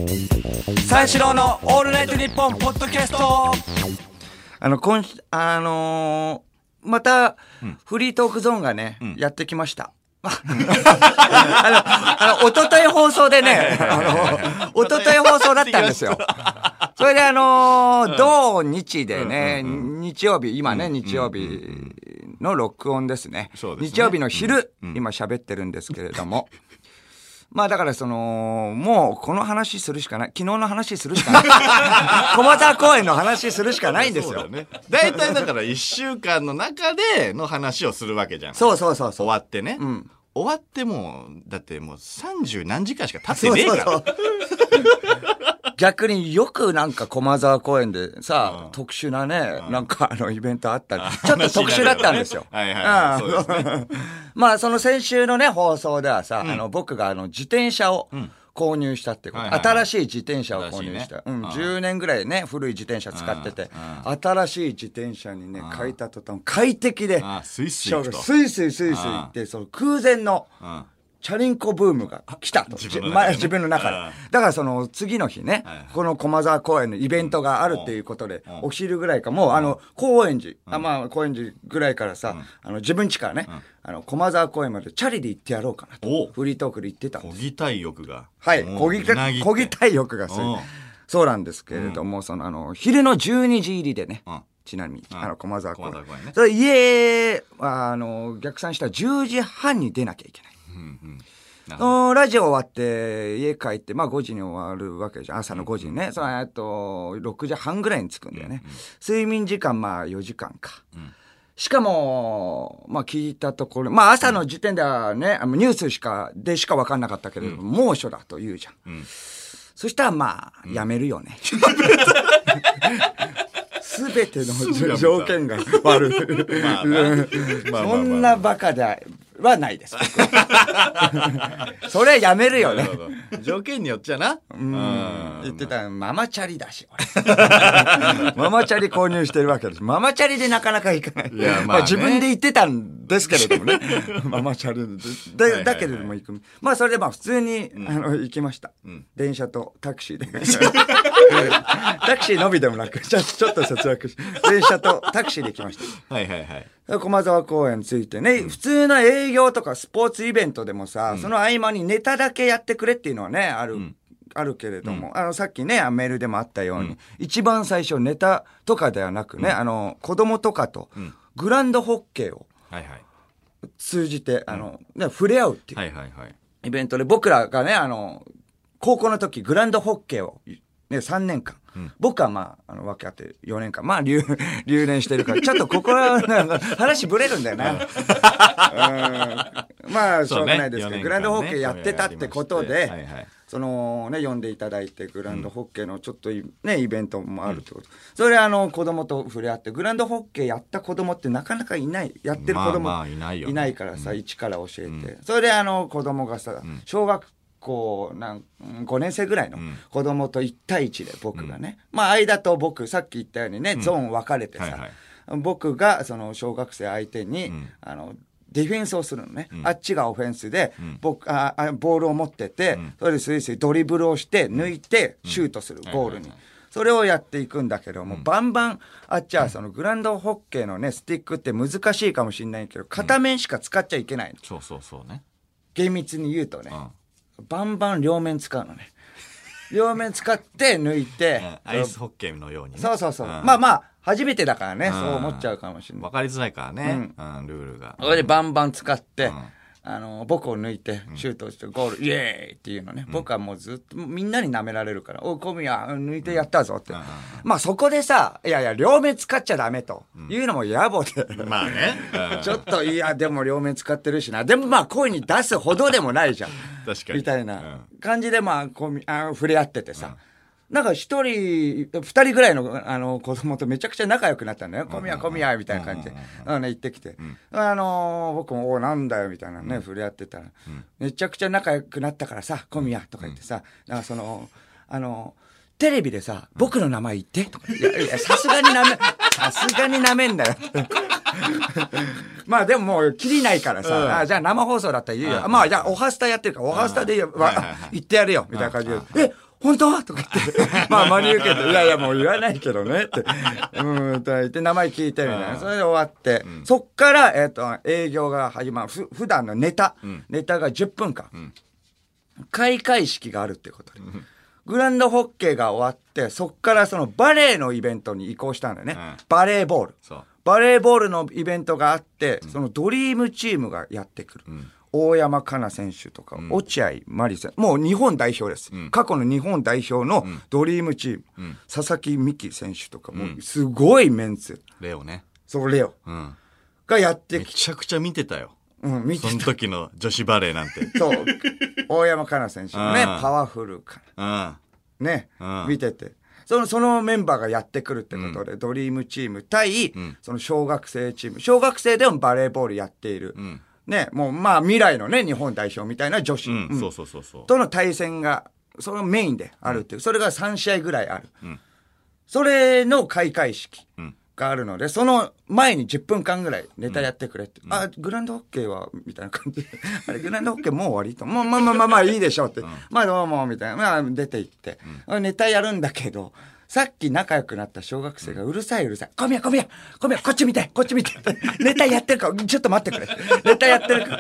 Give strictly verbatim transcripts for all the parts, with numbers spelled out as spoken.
三四郎のオールナイトニッポンポッドキャスト。 あの今あのー、また、うん、フリートークゾーンがね、うん、やってきました。あの、あの、おととい放送でね、あの、おととい放送だったんですよ。それであのー、同日でね、うんうんうん、日曜日、今ね、日曜日の録音ですね。そうですね。日曜日の昼、うんうん、今喋ってるんですけれども。まあだからその、もうこの話するしかない。昨日の話するしかない。駒沢公園の話するしかないんですよ。 だいたいだからいっしゅうかんの中での話をするわけじゃん。 そうそうそうそう。 終わってね。うん、終わってもう、だってもうさんじゅう何時間しか経ってねえから。そうそうそう逆によくなんか駒沢公園でさ、うん、特殊なね、うん、なんかあのイベントあったり、ちょっと特殊だったんですよ。はいはい。そうですね。まあその先週のね、放送ではさ、うん、あの僕があの自転車を購入したってこと、うん、新しい自転車を購入した。ね、うん、じゅうねんぐらいね、古い自転車使ってて、新しい自転車にね、買いた途端、快適で、 スイスイ行くと。 スイスイスイスイ行って、その空前の、チャリンコブームが来たと。自分の中で、ね。自分の中で。だからその次の日ね、はいはい、この駒沢公園のイベントがあるっていうことで、うん、お昼ぐらいか、もうあの、高円寺、うん、あまあ高円寺ぐらいからさ、うん、あの自分家からね、うん、あの、駒沢公園までチャリで行ってやろうかなと。フリートークで行ってたんです。 漕ぎたい欲が。 はい、漕ぎ、漕ぎたい欲がする。そうなんですけれども、うん、そのあの、昼のじゅうにじ入りでね、うん、ちなみに、あの、駒沢公園。ね、それ家は、あの、逆算したらじゅうじはんに出なきゃいけない。うんうん、ラジオ終わって家帰ってまあごじに終わるわけじゃん、朝のごじにね、うん、そのあとろくじはんぐらいに着くんだよね、うんうん、睡眠時間まあよじかんか、うん、しかもまあ聞いたところまあ朝の時点ではね、うん、ニュースしかでしか分かんなかったけれども、うん、猛暑だと言うじゃん、うん、そしたらまあやめるよね、すべての条件が悪い。まあまあ、そんなバカではないです。それやめるよね。 条件によっちゃな。 うん。言ってたママチャリだし。ママチャリ購入してるわけです。ママチャリでなかなか行かない。いやまあね、まあ自分で言ってたんですけれどもね。ママチャリで。だ、だけれども行く。まあそれでまあ普通に、うん、あの行きました、うん。電車とタクシーで。タクシーのみでもなく、ちょ、ちょっと節約し、電車とタクシーで行きました。はいはいはい。駒沢公園についてね、うん、普通の営業とかスポーツイベントでもさ、うん、その合間にネタだけやってくれっていうのはね、ある、うん、あるけれども、うん、あの、さっきね、メールでもあったように、うん、一番最初ネタとかではなくね、うん、あの、子供とかと、グランドホッケーを通じて、あの、ね、触れ合うっていう、はいはいはい、イベントで、僕らがね、あの、高校の時、グランドホッケーを、ね、さんねんかん。うん、僕はまあ、あの、分け合ってよねんかん。まあ、留、留年してるから、ちょっとここは、話ぶれるんだよな。うん、まあ、しょうがないですけど、ね、グランドホッケーやってたってことで、はいはい、そのね、呼んでいただいて、グランドホッケーのちょっとね、イベントもあるってこと。うん、それあの、子供と触れ合って、グランドホッケーやった子供ってなかなかいない。やってる子供、まあまあいないよね、いないからさ、うん、一から教えて。うん、それであの、子供がさ、うん、小学こうなんごねん生ぐらいの子供といち対いちで僕がね、うん、まあ間と僕さっき言ったようにね、うん、ゾーン分かれてさ、はいはい、僕がその小学生相手に、うん、あのディフェンスをするのね、うん、あっちがオフェンスで、うん、僕ああボールを持ってて、うん、それでスイスイドリブルをして抜いてシュートする、うん、ゴールに、はいはいはい、それをやっていくんだけども、うん、バンバンあっちはそのグランドホッケーのねスティックって難しいかもしれないけど片面しか使っちゃいけないの、うん、 そうそうそうね、 厳密に言うとね、うんバンバン両面使うのね。両面使って抜いて、 うん、アイスホッケーのようにね。 そうそうそう、うん、まあまあ初めてだからね、うん、そう思っちゃうかもしれない。 分かりづらいからね、うんうん、ルールが。 それでバンバン使って、うん、あの僕を抜いてシュートしてゴール、うん、イエーイっていうのね、うん、僕はもうずっとみんなに舐められるから、おい小宮抜いてやったぞって、うん、まあそこでさ、いやいや両面使っちゃダメというのも野暮で、うん、まあね、うん、ちょっといやでも両面使ってるしな、でもまあ声に出すほどでもないじゃん確かにみたいな感じでまあこうあ触れ合っててさ、うんなんか一人、二人ぐらいのあの子供とめちゃくちゃ仲良くなったんだよ。小宮小宮みたいな感じで、あのね、行ってきて、うん、あのー、僕もおなんだよみたいなね、うん、触れ合ってたら、うん、めちゃくちゃ仲良くなったからさ、小宮とか言ってさ、うん、なんかそのあのテレビでさ、僕の名前言ってとか、いやいやさすがになめ、さすがになめんだよ。まあでももう切りないからさ、うん、あじゃあ生放送だったら言うよ。まあじゃあオハスタやってるからオハスタで言,、うん、言ってやるよみたいな感じで、え本当とか言って、まあ真に受けて、いやいやもう言わないけどねって、うん、と言って名前聞いてみたいな。それで終わって、うん、そっから、えっと、営業が始まる。ふ、普段のネタ、うん、ネタがじゅっぷんかん。うん、開会式があるってことで。うん、グランドホッケーが終わって、そっからそのバレーのイベントに移行したんだよね。うん、バレーボール。バレーボールのイベントがあって、うん、そのドリームチームがやってくる。うん、大山加奈選手とか、うん、落合真理選手、もう日本代表です、うん。過去の日本代表のドリームチーム。うん、佐々木美希選手とか、もうすごいメンツ。 レオね。 そう、レオ。うん、がやってきて。 めちゃくちゃ見てたよ。 うん、見てた。 その時の女子バレーなんて。 そう。大山加奈選手のね、パワフルか。ね、見てて。その、そのメンバーがやってくるってことで、うん、ドリームチーム対、うん、その小学生チーム。小学生でもバレーボールやっている。うん、ね、もうまあ未来のね、日本代表みたいな女子。 うんうん、そうそうそうそう。 との対戦が、そのメインであるっていう。それがさん試合ぐらいある。うん、それの開会式があるので、その前にじゅっぷんかんぐらいネタやってくれって。うん、あ、グランドホッケーはみたいな感じで。あれ、グランドホッケーもう終わりと。まあまあまあまあまあいいでしょうって。うん、まあどうも、みたいな。まあ出て行って。うん、ネタやるんだけど、さっき仲良くなった小学生がうるさいうるさい。小宮小宮小宮こっち見てこっち見て。ネタやってるからちょっと待ってくれ。ネタやってるから。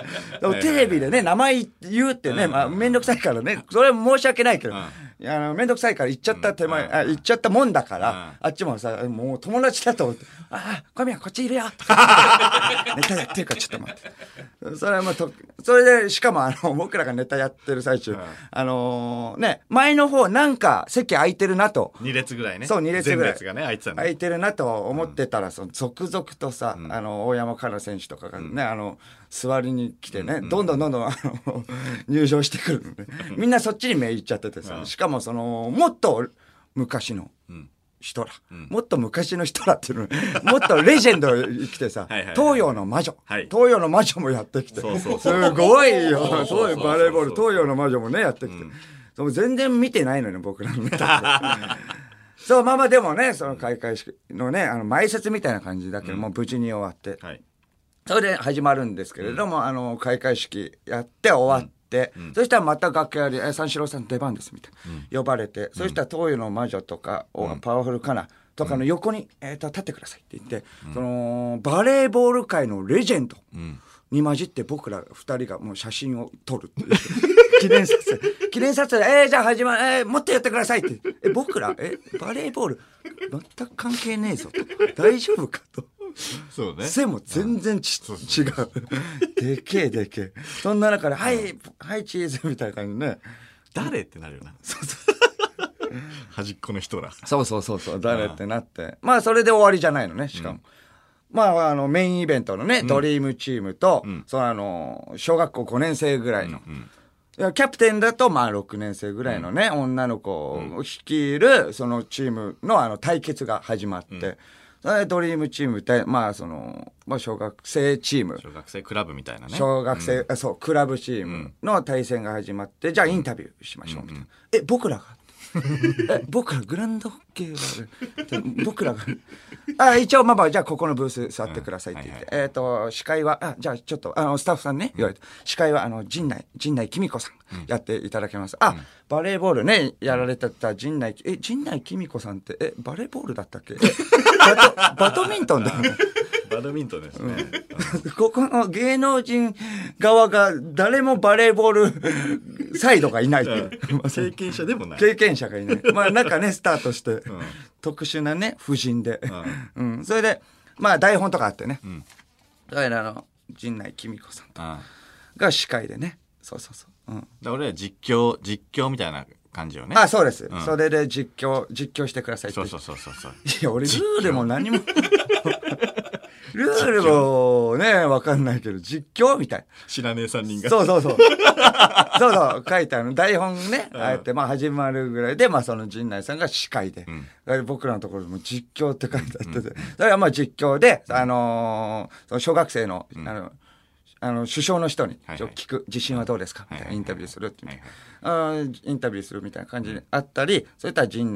テレビでね、名前言うってね、まあめんどくさいからね。それは申し訳ないけど。いや、あの、めんどくさいから言っちゃった手前、あ、言っちゃったもんだから、あっちもさ、もう友達だと思って、ああ、小宮こっちいるよ。ネタやってるからちょっと待って。それはもうと、それで、しかもあの、僕らがネタやってる最中、あのー、ね、前の方なんか席空いてるなと。 に列ぐらいね。 そう、に列ぐらい。 列がね、空いてたね。 空いてるなと思ってたら、その、続々とさ、うん、あの、大山加奈選手とかがね、うん、あの、座りに来てね、うん、どんどんどんどん、あの、入場してくるのね。みんなそっちに目いっちゃっててさ、しかもその、もっと昔の人ら、うん、もっと昔の人らっていうの、もっとレジェンド来てさ、東洋の魔女、はい、東洋の魔女もやってきて、そうそうそうすごいよ、そういうバレーボール、東洋の魔女もね、やってきて、うん、そう全然見てないのよ、僕らのネタって。そう、まあまあでもね、その開会式のね、あの、前説みたいな感じだけど、うん、もう無事に終わって、はい、それで始まるんですけれども、うん、あの、開会式やって終わって、うん、そしたらまた楽屋で、え、三四郎さん出番ですみたいな、うん、呼ばれて、そしたら東洋の魔女とか、うん、パワフルカナとかの横に、えーと、立ってくださいって言って、うん、その、バレーボール界のレジェンドに混じって僕ら二人がもう写真を撮るっていう。記念撮影。記念撮影、えー、じゃあ始まる、えー、もっとやってくださいって。え、僕ら、え、バレーボール、全く関係ねえぞと。大丈夫かと。 そうね。 背も全然ち、うん、違う。でけえでけえ。そんな中で、はい、はい、チーズみたいな感じでね。 誰ってなるよな。 そうそう。 端っこの人ら。 そうそうそうそう、誰ってなって。まあ、それで終わりじゃないのね、しかも。うん、まあ、あの、メインイベントのね、うん、ドリームチームと、うん、そのあの、小学校ごねん生ぐらいの、うんうんいやキャプテンだと、まあ、ろくねん生ぐらいのね、うん、女の子を率いる、そのチームの、あの、対決が始まって、うん、それでドリームチーム対、まあ、その、まあ、小学生チーム。 小学生クラブみたいなね。 小学生、うん、そう、クラブチームの対戦が始まって、じゃあインタビューしましょう、みたいな。うん、え、僕らがえ僕らグランドホッケーは僕らがあ一応まあまあじゃあここのブース座ってくださいって言って、うんはいはい、えっ、ー、と司会はあじゃあちょっとあのスタッフさんね言われて、うん、司会はあの陣内陣内公子さんやっていただけます、うん、あ、うん、バレーボールねやられてた陣内え陣内公子さんってえバレーボールだったっけバトバドミントンだよねバドミントンですね、 うん、ここの芸能人側が誰もバレーボールサイドがいない経験者でもない経験者がいないまあなんかねスタートして、うん、特殊なね夫人で、うんうん、それでまあ台本とかあってね、うん、それであの陣内公子さんとが司会でねそうそうそう、うん、 だ俺は実況実況みたいな感じよねあそうです、うん、それで実況実況してくださいってそうそうそうそうそういや俺ルールも何もルールもね、わかんないけど、実況みたい。 知らねえさんにんが。 そうそうそう。そうそう、書いてある。台本ね、ああやって、まあ始まるぐらいで、まあその陣内さんが司会で。うん、僕らのところでも実況って書いてあってて。うん、それはまあ実況で、あのー、その小学生の、うん、あの、あの、首相の人に聞く、自信はどうですかみたいなインタビューするって。インタビューするみたいな感じであったり、そういった陣内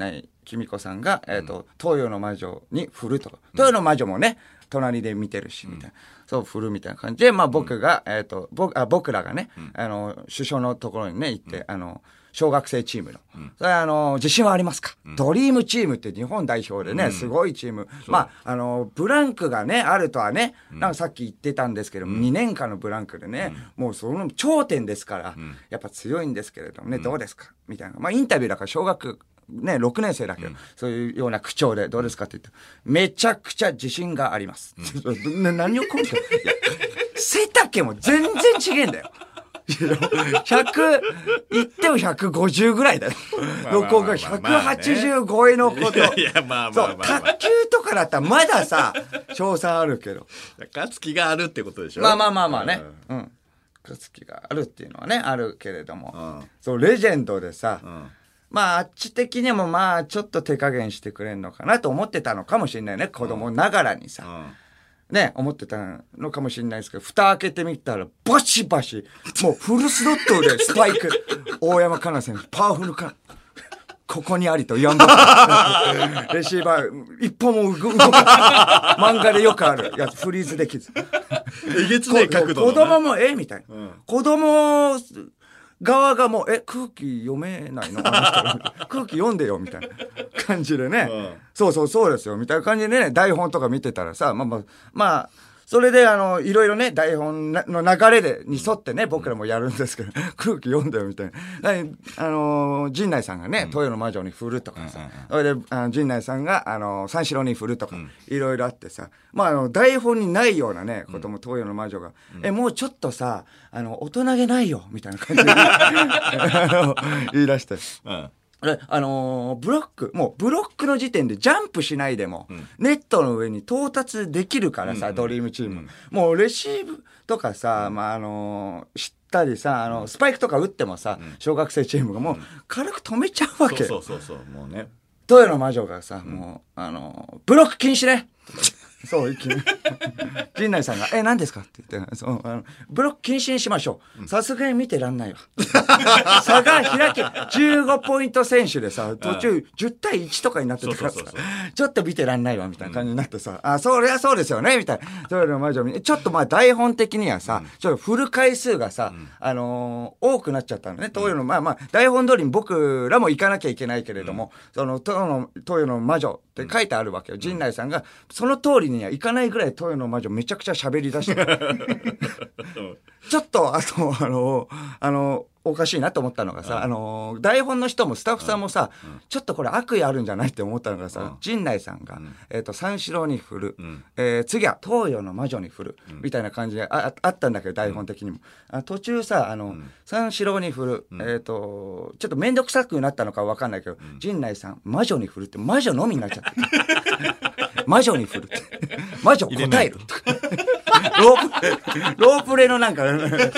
きみこさんが、えっ、ー、と、東洋の魔女に振るとか、東洋の魔女もね、隣で見てるし、みたいな。そう、振るみたいな感じで、まあ僕が、えっ、ー、と、僕、あ、僕らがね、あの、首相のところにね、行って、あの、小学生チームの。うん、それあの、自信はありますか、うん、ドリームチームって日本代表でね、うん、すごいチーム。まあ、あの、ブランクがね、あるとはね、うん、なんかさっき言ってたんですけども、うん、にねんかんのブランクでね、うん、もうその頂点ですから、うん、やっぱ強いんですけれどもね、うん、どうですかみたいな。まあ、インタビューだから小学、ね、ろくねん生だけど、うん、そういうような口調で、どうですかって言って、めちゃくちゃ自信があります。うん、何を根拠背丈も全然違えんだよ。ひゃく、言ってもひゃくごじゅうぐらいだよ。の子がひゃくはちじゅうごえの子と。 いや、まあまあまあ、まあ。 そう、卓球とかだったらまださ、賞賛あるけど。 勝つ気があるってことでしょ。 まあまあまあまあね。うん。勝つ気があるっていうのはね、あるけれども。うん、そう、レジェンドでさ、うん、まあ、あっち的にもまあ、ちょっと手加減してくれんのかなと思ってたのかもしれないね。子供ながらにさ。うんね、思ってたのかもしれないですけど、蓋開けてみたら、バシバシ、もうフルスロットルでスパイク、大山かな選手、パワフルか、ここにありと言わんばレシーバー、一歩も動かない。漫画でよくあるやつ、フリーズできず。 えげつない角度の、ね。 子供も、えみたいな。うん、子供、側がもう、え、空気読めないの空気読んでよ、みたいな感じでね。うん、そうそうそうですよ、みたいな感じでね、台本とか見てたらさ、まあまあ、まあ、それであの、いろいろね、台本の流れで、に沿ってね、僕らもやるんですけど、空気読んでよ、みたいな。あのー、陣内さんがね、東洋の魔女に振るとかさ、それで、あの陣内さんが、あのー、三四郎に振るとか、いろいろあってさ、まあ、あの、台本にないようなね、ことも東洋の魔女が、うん、え、もうちょっとさ、あの、大人げないよ、みたいな感じで言い出して。うんあのー、ブロック、もうブロックの時点でジャンプしないでも、うん、ネットの上に到達できるからさ、うん、ドリームチーム、うん。もうレシーブとかさ、うん、まあ、あのー、知ったりさ、あの、スパイクとか打ってもさ、うん、小学生チームがもう軽く止めちゃうわけ。 そうそうそうそう、もうね。 東洋の魔女がさ、うん、もう、あのー、ブロック禁止ねそう、一気に。陣内さんが、え、何ですかって言って、そう、あの、ブロック禁止にしましょう。さすがに見てらんないわ。差が開け、じゅうごポイント選手でさ、途中じゅうたいいちとかになってたからさ、ちょっと見てらんないわ、みたいな感じになってさ、うん、あ、そりゃそうですよね、みたいな。それの魔女、ちょっとまあ台本的にはさ、うん、ちょっと振る回数がさ、うん、あのー、多くなっちゃったのね。東洋の、まあまあ、台本通りに僕らも行かなきゃいけないけれども、うん、その、東洋の、東洋の魔女って書いてあるわけよ。陣内さんが、その通りには行かないぐらい東洋の魔女めちゃくちゃ喋り出してちょっとあとあのあのおかしいなと思ったのがさ、うん、あの台本の人もスタッフさんもさ、うん、ちょっとこれ悪意あるんじゃないって思ったのがさ、うん、陣内さんが、うんえー、と三四郎に振る、うんえー、次は東洋の魔女に振る、うん、みたいな感じで あ, あったんだけど台本的にも、うん、あ途中さあの、うん、三四郎に振る、うんえー、とちょっと面倒くさくなったのか分かんないけど、うん、陣内さん魔女に振るって魔女のみになっちゃって魔女に振るって魔女答えるロープロープレのなんか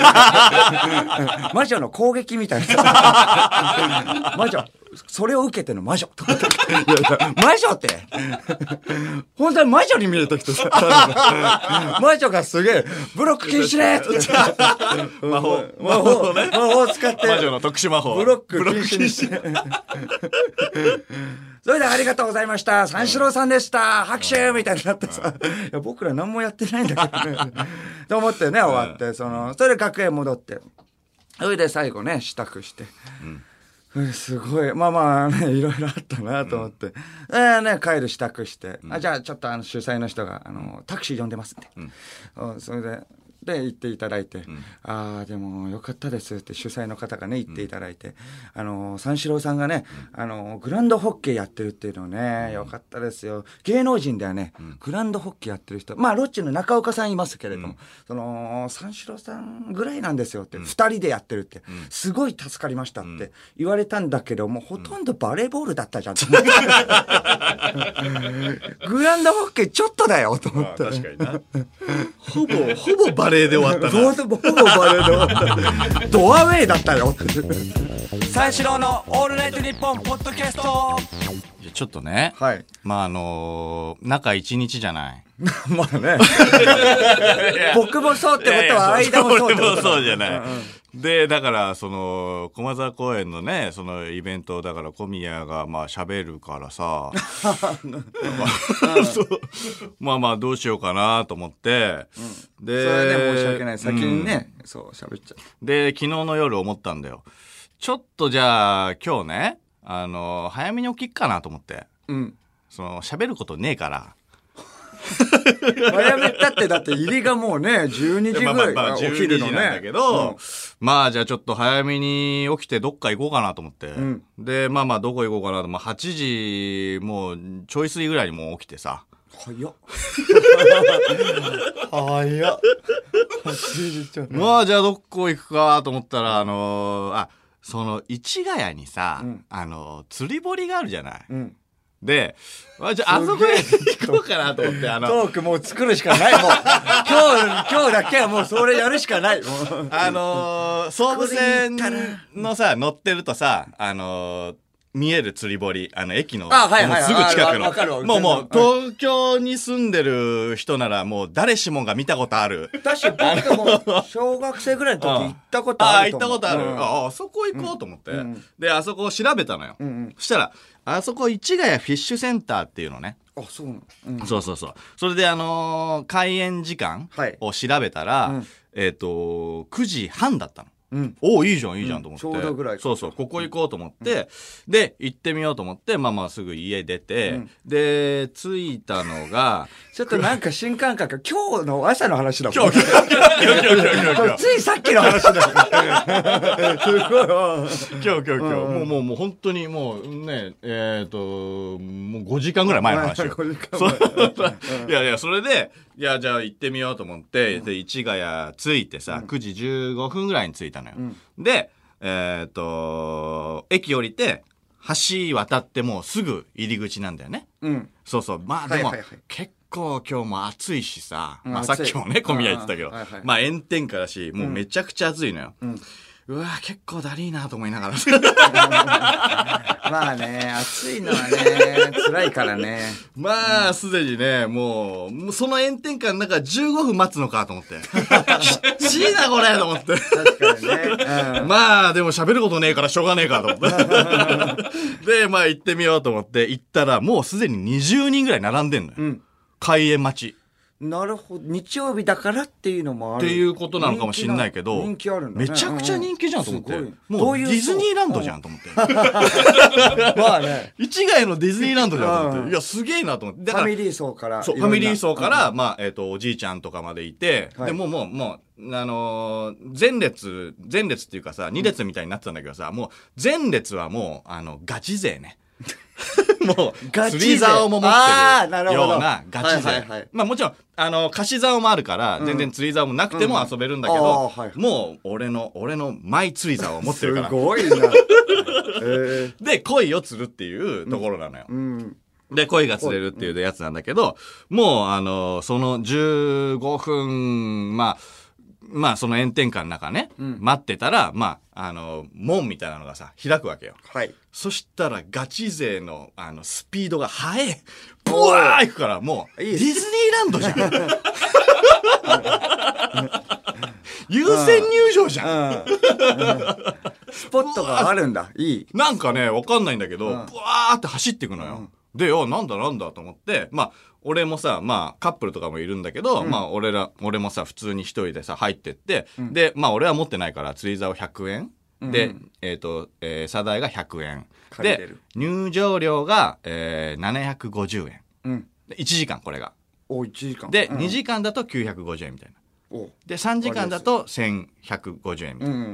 魔女の攻撃みたいな魔女それを受けての魔女とか魔女って本当に魔女に見えてきてさ魔女がすげえブロック禁止ねって魔法魔法ね魔法を使って魔女の特殊魔法ブロック禁止にしてそれではありがとうございました三四郎さんでした拍手みたいになってさいや僕ら何もやってないんだけどねと思ってね終わってそのそれで楽屋戻ってそれで最後ね支度して、うん、すごいまあまあねいろいろあったなと思って、うんえーね、帰る支度して、うん、あじゃあちょっとあの主催の人があのタクシー呼んでますんで、うん、それでで言っていただいて、うん、ああでもよかったですって主催の方がね言っていただいて、うん、あの三四郎さんがね、うん、あのグランドホッケーやってるっていうのね、うん、よかったですよ芸能人ではね、うん、グランドホッケーやってる人まあロッチの中岡さんいますけれども、うん、その三四郎さんぐらいなんですよって、うん、ふたりでやってるって、うん、すごい助かりましたって言われたんだけども、うん、ほとんどバレーボールだったじゃん、うん、グランドホッケーちょっとだよと思って、 確かになほぼほぼバレーで終わったなほぼバレーで終わったドアウェイだったよ三四郎のオールナイトニッポンポッドキャストちょっとね、はい、まああのー、中一日じゃないまあね僕もそうってことは間もそうってこと俺もそうじゃない、うんうん、 で、だから、その、駒沢公園のね、そのイベント、だから小宮がまあ喋るからさ、そうまあまあどうしようかなと思って、 うん、で、それはね、申し訳ない。先にね、うん、そう、喋っちゃう。 で、昨日の夜思ったんだよ。ちょっとじゃあ、今日ね、あの、早めに起きっかなと思って。うん。その、喋ることねえから。 早めたってだって入りがもうねじゅうにじぐらいが起きるのね。 まあまあまあじゅうにじなんだけど、うん、まあじゃあちょっと早めに起きてどっか行こうかなと思って、うん、でまあまあどこ行こうかなと、まあ、はちじもうちょい過ぎぐらいにもう起きてさ。 早っ早っまあじゃあどこ行くかと思ったらあのー、あその市ヶ谷にさ、うん、あの釣り堀があるじゃない。うん、で、あ、じゃあ、あそこへ行こうかなと思って、あの。 トークもう作るしかない、もう。今日、今日だけはもうそれやるしかない。もうあのー、総武線のさ、乗ってるとさ、あのー、見える釣り堀、あの、駅の、 あ、はいはい、 すぐ近くの。 わかるわ。 もうもう、東京に住んでる人なら、もう誰しもが見たことある。 確かに、僕も、小学生ぐらいの時行ったことあると思う。 あ、行ったことある。あ、あそこ行こうと思って。で、あそこを調べたのよ。そしたら、あそこ市ヶ谷フィッシュセンターっていうのね。 あ、そうなの、 うん、そうそうそう。それであのー、開園時間を調べたら、はい、うん、えっと、くじはんだったの。うん、おおいいじゃんいいじゃんと思って、 うん、ちょうどぐらいそうそうここ行こうと思って、うん、で行ってみようと思ってまあまあすぐ家出て、うん、で着いたのがちょっとなんか新感覚今日の朝の話だもん今日今日今日今日今日今日ついさっきの話だよすごい今日今日今日、うん、もうもうもう本当にもうねえっ、ー、ともうごじかんぐらい前の話よごじかんまえいやいやそれでいやじゃあ行ってみようと思って、うん、で市ヶ谷着いてさ、うん、くじじゅうごふんぐらいに着いたのよ、うん、でえっ、ー、と駅降りて橋渡ってもうすぐ入り口なんだよね、うん、そうそうまあでも、はいはいはい、結構今日も暑いしさ、うん、まあ、さっきもね小宮言ってたけど、はいはい、まあ炎天下だしもうめちゃくちゃ暑いのよ、うんうわ結構だりーなと思いながらまあね暑いのはね辛いからねまあすでにねもうその炎天下の中じゅうごふん待つのかと思ってきついなこれと思って確かにね、 うん、まあでも喋ることねえからしょうがねえかと思ってでまあ行ってみようと思って行ったらもうすでににじゅうにんぐらい並んでんのよ、うん、開園待ち。 なるほど日曜日だからっていうのもあるっていうことなのかもしれないけど人気あるんだ、ね、 めちゃくちゃ人気じゃんと思って、うん、もうディズニーランドじゃんと思ってまあね市ヶ谷のディズニーランドじゃんと思って、うん、いやすげえなと思ってだからファミリー層からそうファミリー層から、うん、まあえっ、ー、とおじいちゃんとかまでいて、はい、でもうもうもうあのー、前列前列っていうかさに列みたいになってたんだけどさ、うん、もう前列はもうあのガチ勢ねもう釣り竿も持ってるようなガチ勢、はいはいはい、まあもちろんあの貸し竿もあるから全然釣り竿もなくても遊べるんだけど、うんうんはい、もう俺の俺のマイ釣り竿を持ってるからすごいな、えー、で鯉を釣るっていうところなのよ、うんうんで、鯉が釣れるっていうやつなんだけど、もう、あの、そのじゅうごふん、まあ、まあ、その炎天下の中ね、うん、待ってたら、まあ、あの、門みたいなのがさ、開くわけよ。 はい。 そしたら、ガチ勢の、あの、スピードが速い。ブワー行くから、もう、ディズニーランドじゃん。優先入場じゃん。うんうん、 スポットがあるんだ。いい。 なんかね、わかんないんだけど、ブワーって走っていくのよ。うんで、よ、なんだなんだと思って、まあ、俺もさ、まあ、カップルとかもいるんだけど、うん、まあ、俺ら、俺もさ、普通に一人でさ、入ってって、うん、で、まあ、俺は持ってないから、釣り竿ひゃくえん、うん、で、えっ、ー、と、えー、差代がひゃくえん。で、入場料が、えー、ななひゃくごじゅうえん。うん、でいちじかん、これが。 お、いちじかん。 で、うん、にじかんだときゅうひゃくごじゅうえんみたいな。おで、さんじかんだとせんひゃくごじゅうえんみたいな。うんうんうん、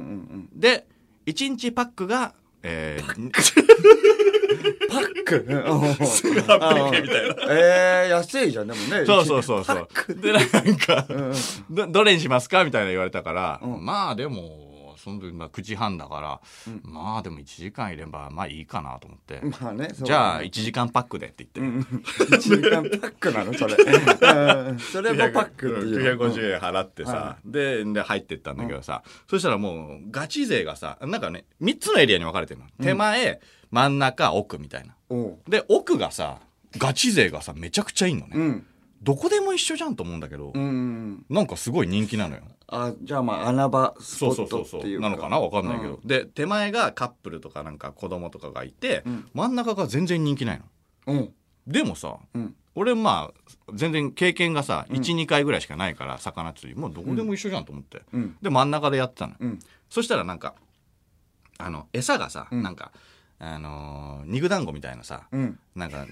で、いちにちパックが、えー、 パックすぐはっぴゃくえんみたいな。 えー、安いじゃん、でもね。 そうそうそうそう。で、なんか、うんど、どれにしますかみたいな言われたから、うん、まあでも、その時、まあくじはんだから、うん、まあでもいちじかんいれば、まあいいかなと思って。 まあね、そうねじゃあいちじかんパックでって言って。 うん、いちじかんパックなのそれ。うん、それもパックっていう。 きゅうひゃくごじゅうえん払ってさ、うん、で、で入ってったんだけどさ、うん、そしたらもうガチ勢がさ、なんかね、みっつのエリアに分かれてるの。手前、真ん中、奥みたいな。で、奥がさ、ガチ勢がさ、めちゃくちゃいいのね。うん、 どこでも一緒じゃんと思うんだけど、 うん、 なんかすごい人気なのよ。 あ、じゃあまあ穴場スポットっていうか。そうそうそうなのかな、わかんないけど、うん、で手前がカップルとかなんか子供とかがいて、うん、真ん中が全然人気ないの、うん、でもさ、うん、俺まあ全然経験がさ、うん、いちにかいぐらいしかないから魚釣りもうどこでも一緒じゃんと思って、うん、で真ん中でやってたの、うん、そしたらなんかあの餌がさ、うん、なんかあのー、肉団子みたいなさ、うん、なんか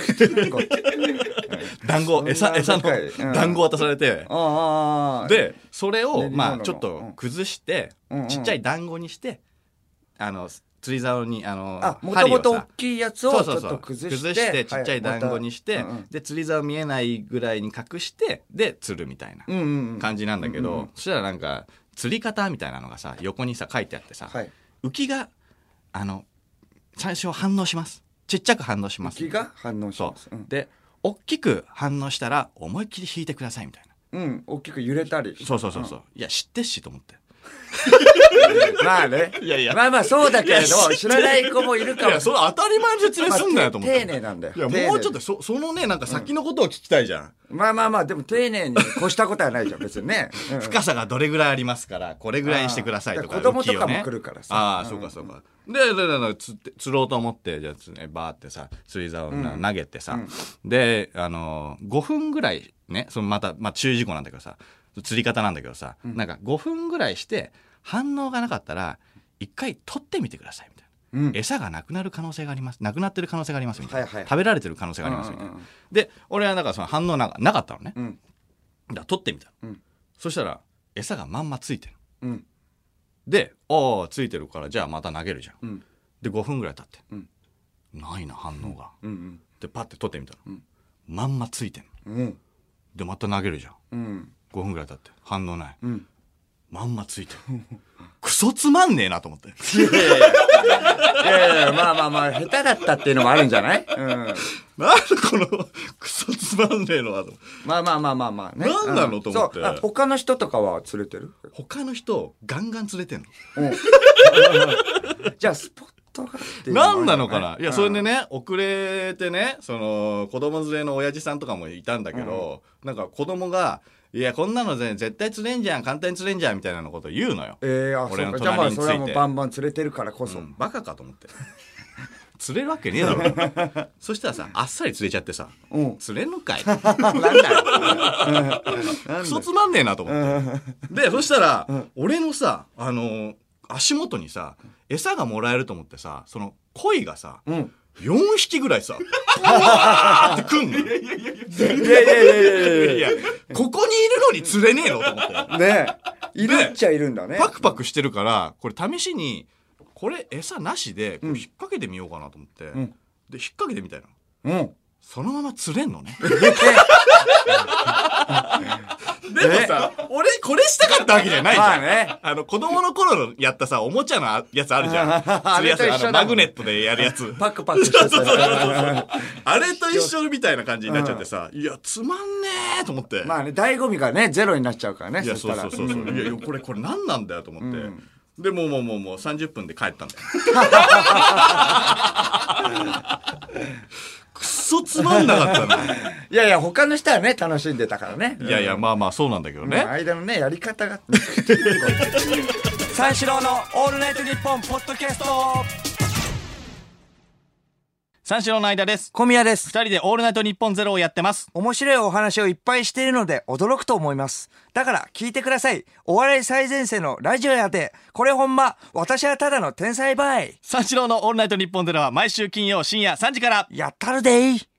団子餌餌の団子渡されて、うん、でそれをまあちょっと崩して、うん、ちっちゃい団子にしてあの釣り竿にあのあもともと大きいやつをちょっと崩して、 そうそうそう崩してちっちゃい団子にして、はいまうんうん、で釣り竿見えないぐらいに隠してで釣るみたいな感じなんだけど、うんうんうん、そしたらなんか釣り方みたいなのがさ横にさ書いてあってさ、はい、浮きがあの最初反応します。ちっちゃく反応します。 浮きが反応します。 うん、で大きく反応したら思いっきり引いてくださいみたいな。うん大きく揺れたり。 そうそうそうそう。うん、いや知ってっしと思って。 まあね。いやいや。まあまあそうだけれど知らない子もいるかも。いやそれ当たり前に説明すんなよと思って。 丁寧なんだよ。 いやもうちょっとそそのねなんか先のことを聞きたいじゃん。 うん、まあまあまあでも丁寧に越したことはないじゃん別にね。 うん、深さがどれぐらいありますからこれぐらいにしてくださいとか。 子供とかも来るからさ。 ああそうかそうか。ででででつ釣ろうと思ってじゃあ、ね、バーってさ釣り竿を投げてさ、うん、であのごふんぐらいねそのまた、まあ、注意事項なんだけどさ釣り方なんだけどさ、うん、なんかごふんぐらいして反応がなかったら一回取ってみてくださいみたいな、うん、餌がなくなる可能性がありますなくなってる可能性がありますみたいな、はいはい、食べられてる可能性がありますみたいな、うんうんうん、で俺はだからその反応ななかったのね、うん、だから取ってみた、うん、そしたら餌がまんまついてる、うん、でああついてるからじゃあまた投げるじゃん、うん、でごふんぐらい経って、うん、ないな反応が、うんうん、でパッて取ってみたら、うん、まんまついてんの、うん、でまた投げるじゃん、うん、ごふんぐらい経って反応ない、うん、まんまついてるクソつまんねえなと思っていやいやいやいやまあまあまあ下手だったっていうのもあるんじゃない、うん、なんでこのクソつまんねえのはまあまあまあまあまあね何なの、うん、と思ってそう他の人とかは釣れてる他の人ガンガン釣れてんの、うん、 じゃあスポットが何なのかな、いやそれでね遅れてねその子供連れの親父さんとかもいたんだけど、うん、なんか子供がいやこんなの絶対釣れんじゃん簡単に釣れんじゃんみたいなこと言うのよ。 えー、あ俺の隣についてじゃあまあそれはもうバンバン釣れてるからこそ、うん、 バカかと思って釣れるわけねえだろそしたらさあっさり釣れちゃってさ、うん、釣れんのかいなんだよクソつまんねえなと思ってでそしたら、うん、俺のさあのー、足元にさ餌がもらえると思ってさその鯉がさ、うんよんひきぐらいさ、ってくんの。いやいやいやいやいやいやいやここにいるのに釣れねえのと思って。 ねえ。いるっちゃいるんだね。 パクパクしてるから、これ試しに、これ餌なしで、これ引っ掛けてみようかなと思って。うん、で、引っ掛けてみたいな。うん。そのまま釣れんのね。でもさ、俺これしたかったわけじゃないじゃん。まあね、あの子供の頃のやったさおもちゃのやつあるじゃん。釣りやつあのマグネットでやるやつ。 パクパクしてさ。あれと一緒みたいな感じになっちゃってさ、いやつまんねえと思って。 まあね醍醐味がねゼロになっちゃうからね。 いやそうそうそうそう。いやいやこれこれ何なんだよと思って。うん、でもうもうもうもうさんじゅっぷんで帰ったんだよ。くそつまんなかったな。いやいや他の人はね楽しんでたからね。 いやいやまあまあそうなんだけどね。 うん、間のねやり方が。 三四郎のオールナイトニッポンポッドキャスト。三四郎の間です。 小宮です。 二人でオールナイトニッポンゼロをやってます。 面白いお話をいっぱいしているので驚くと思います。だから聞いてください。お笑い最前線のラジオやで。これほんま私はただの天才バイ。 三四郎のオールナイトニッポンゼロは毎週金曜深夜さんじから。 やったるでい。